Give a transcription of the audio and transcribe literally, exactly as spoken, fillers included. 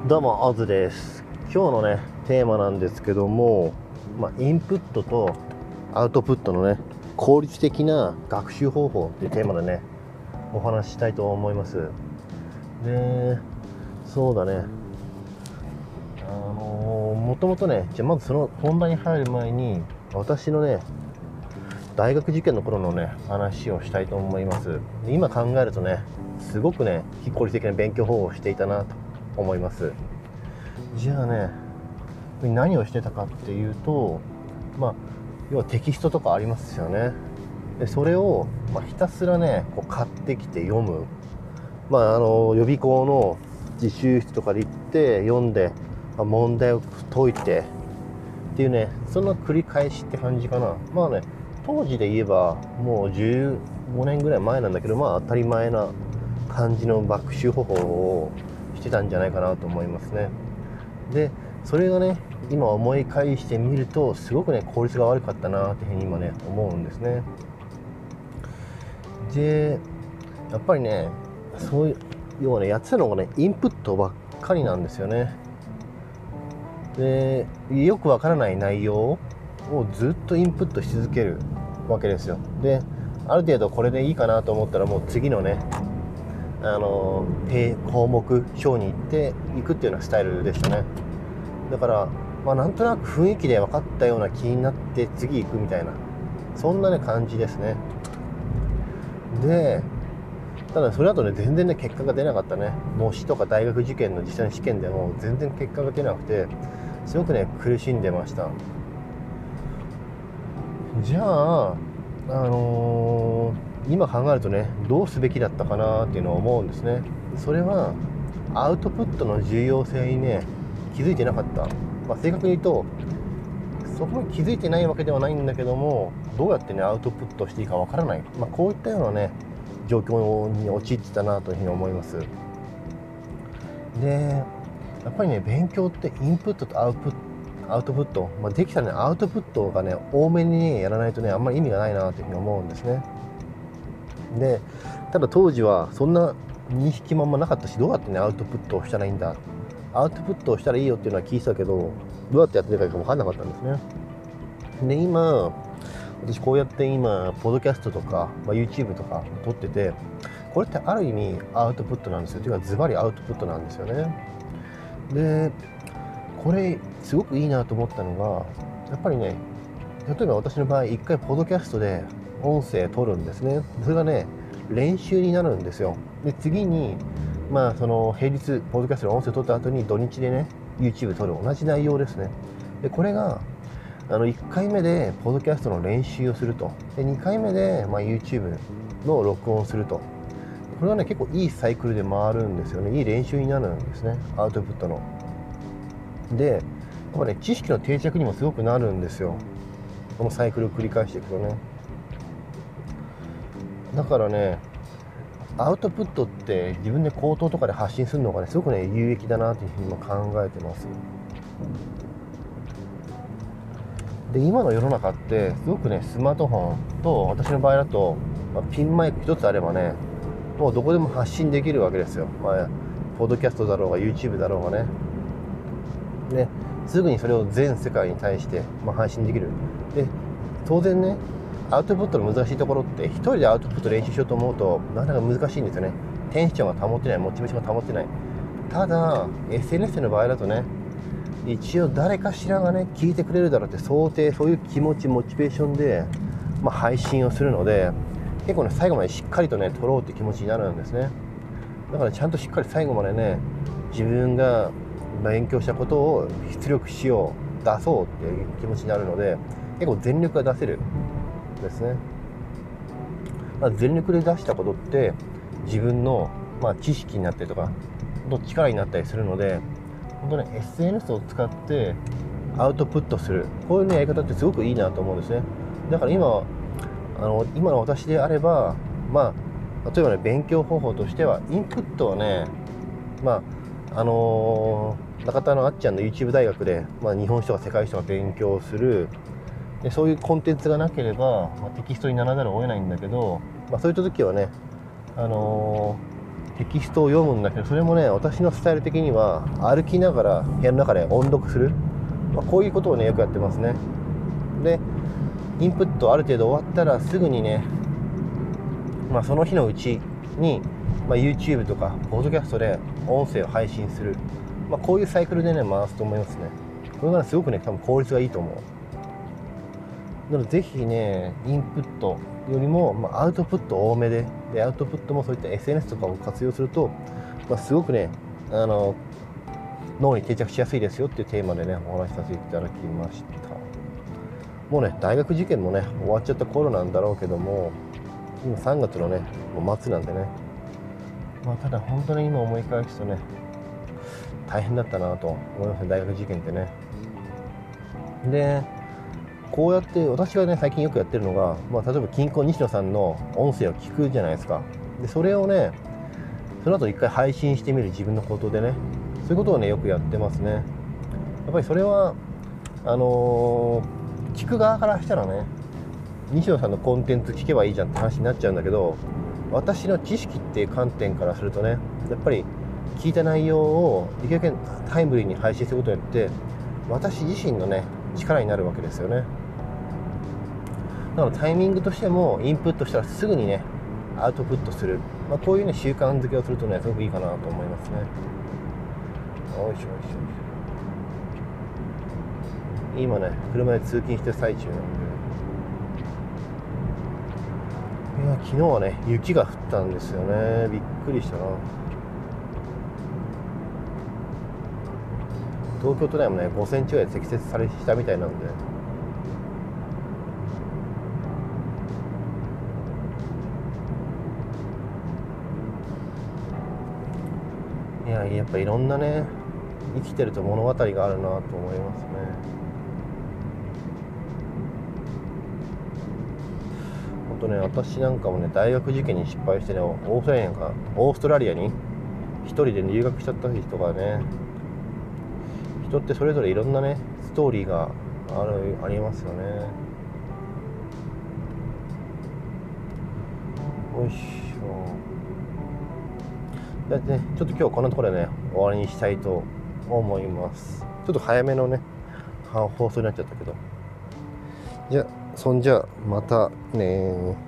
どうも、オズです。今日のね、テーマなんですけども、まあ、インプットとアウトプットのね、効率的な学習方法っていうテーマでね、お話ししたいと思います。で、そうだね、あのー、もともとね、じゃあまずその本題に入る前に、私のね、大学受験の頃のね、話をしたいと思います。今考えるとね、すごくね、非効率的な勉強方法をしていたなと思います。じゃあね、何をしてたかっていうと、まあ、要はテキストとかありますよね。でそれを、まあ、ひたすらねこう買ってきて読む、まあ、あの予備校の自習室とかで行って読んで、まあ、問題を解いてっていうね、そんな繰り返しって感じかな。まあね、当時で言えばもうじゅうごねんぐらい前なんだけど、まあ当たり前な感じの学習方法をしてたんじゃないかなと思いますね。でそれがね、今思い返してみるとすごくね効率が悪かったなっていうふうに今ね思うんですね。でやっぱりね、そういう要はねやってたのがねインプットばっかりなんですよね。でよくわからない内容をずっとインプットし続けるわけですよ。である程度これでいいかなと思ったらもう次のねあの項目章に行っていくっていうようなスタイルでしたね。だから、まあ、なんとなく雰囲気で分かったような気になって次行くみたいな、そんなね感じですね。でただそれだとね全然ね結果が出なかったね。模試とか大学受験の実際の試験でも全然結果が出なくて、すごくね苦しんでました。じゃあ、あのー、今考えるとねどうすべきだったかなっていうのを思うんですね。それはアウトプットの重要性にね気づいてなかった。まあ、正確に言うとそこに気づいてないわけではないんだけども、どうやってねアウトプットしていいかわからない、まあ、こういったようなね状況に陥ってたなというふうに思います。でやっぱりね勉強ってインプットとアウトプットアウトプット、まあ、できたらねアウトプットがね多めにねやらないとねあんまり意味がないなというふうに思うんですね。でただ当時はそんな認識もあんまなかったし、どうやってねアウトプットをしたらいいんだ、アウトプットをしたらいいよっていうのは聞いてたけど、どうやってやってるか分かんなかったんですね。で今私こうやって今ポッドキャストとか、まあ、YouTube とか撮ってて、これってある意味アウトプットなんですよ。というかズバリアウトプットなんですよね。でこれすごくいいなと思ったのが、やっぱりね、例えば私の場合一回ポッドキャストで音声撮るんですね。それがね練習になるんですよ。で次にまあその平日ポッドキャストで音声撮った後に土日でね YouTube 撮る、同じ内容ですね。でこれがあのいっかいめでポッドキャストの練習をすると、でにかいめで、まあ、YouTube の録音をすると、これはね結構いいサイクルで回るんですよね。いい練習になるんですね、アウトプットの。でやっぱね知識の定着にもすごくなるんですよ、このサイクルを繰り返していくとね。だからねアウトプットって自分で口頭とかで発信するのがねすごくね有益だなというふうに今考えてます。で今の世の中ってすごくねスマートフォンと、私の場合だと、まあ、ピンマイク一つあればねもうどこでも発信できるわけですよ。まあポッドキャストだろうが YouTube だろうがね。ですぐにそれを全世界に対して、まあ、配信できる。で当然ねアウトプットの難しいところって一人でアウトプット練習しようと思うとなかなか難しいんですよね。テンションが保てない、モチベーションが保てない。ただ エスエヌエス の場合だとね一応誰かしらがね聞いてくれるだろうって想定、そういう気持ちモチベーションで、まあ、配信をするので、結構ね最後までしっかりとね撮ろうって気持ちになるんですね。だからちゃんとしっかり最後までね自分が勉強したことを出力しよう、出そうっていう気持ちになるので、結構全力が出せるんですね。まあ、全力で出したことって自分の、まあ、知識になったりとか力になったりするので、本当ね エスエヌエス を使ってアウトプットする、こういう、ね、やり方ってすごくいいなと思うんですね。だから今あの今の私であれば、まあ例えばね勉強方法としてはインプットはね、まああのー、中田のあっちゃんの YouTube 大学で、まあ、日本史とか世界史とか勉強する、でそういうコンテンツがなければ、まあ、テキストにならざるを得ないんだけど、まあ、そういった時はね、あのテキストを読むんだけど、それもね私のスタイル的には歩きながら部屋の中で音読する、まあ、こういうことをねよくやってますね。でインプットある程度終わったらすぐにね、まあ、その日のうちに、まあ、YouTube とかポッドキャストで音声を配信する、まあ、こういうサイクルでね回すと思いますね。これが、ね、すごくね多分効率がいいと思う。なのでぜひねインプットよりも、まあ、アウトプット多めででアウトプットもそういった エスエヌエス とかを活用すると、まあ、すごくねあの脳に定着しやすいですよっていうテーマでねお話しさせていただきました。もうね大学受験もね終わっちゃった頃なんだろうけども、今さんがつのねもう末なんでね、まあ、ただ本当に今思い返すとね大変だったなと思いますね、大学受験ってね。でこうやって私がね最近よくやってるのが、まあ、例えば近郊西野さんの音声を聞くじゃないですか。でそれをねその後一回配信してみる、自分のことでね、そういうことをねよくやってますね。やっぱりそれはあのー、聞く側からしたらね西野さんのコンテンツ聞けばいいじゃんって話になっちゃうんだけど、私の知識っていう観点からするとね、やっぱり聞いた内容をできるだけタイムリーに配信することによって私自身のね力になるわけですよね。なのでタイミングとしてもインプットしたらすぐにねアウトプットする、まあ、こういうね習慣づけをするとねすごくいいかなと思いますね。よいしょよいしょ。今ね車で通勤してる最中なんで、いや昨日はね雪が降ったんですよね。びっくりしたな。東京都内もねごセンチぐらい積雪されしたみたいなんで、いややっぱいろんなね生きてると物語があるなと思いますね。本当ね私なんかもね大学受験に失敗してねオーストラリアかオーストラリアに一人で留学しちゃった人がね、人ってそれぞれいろんなねストーリーがあるありますよね。よいしょ。だってねちょっと今日こんなところでね終わりにしたいと思います。ちょっと早めのね放送になっちゃったけど、じゃあそんじゃまたね。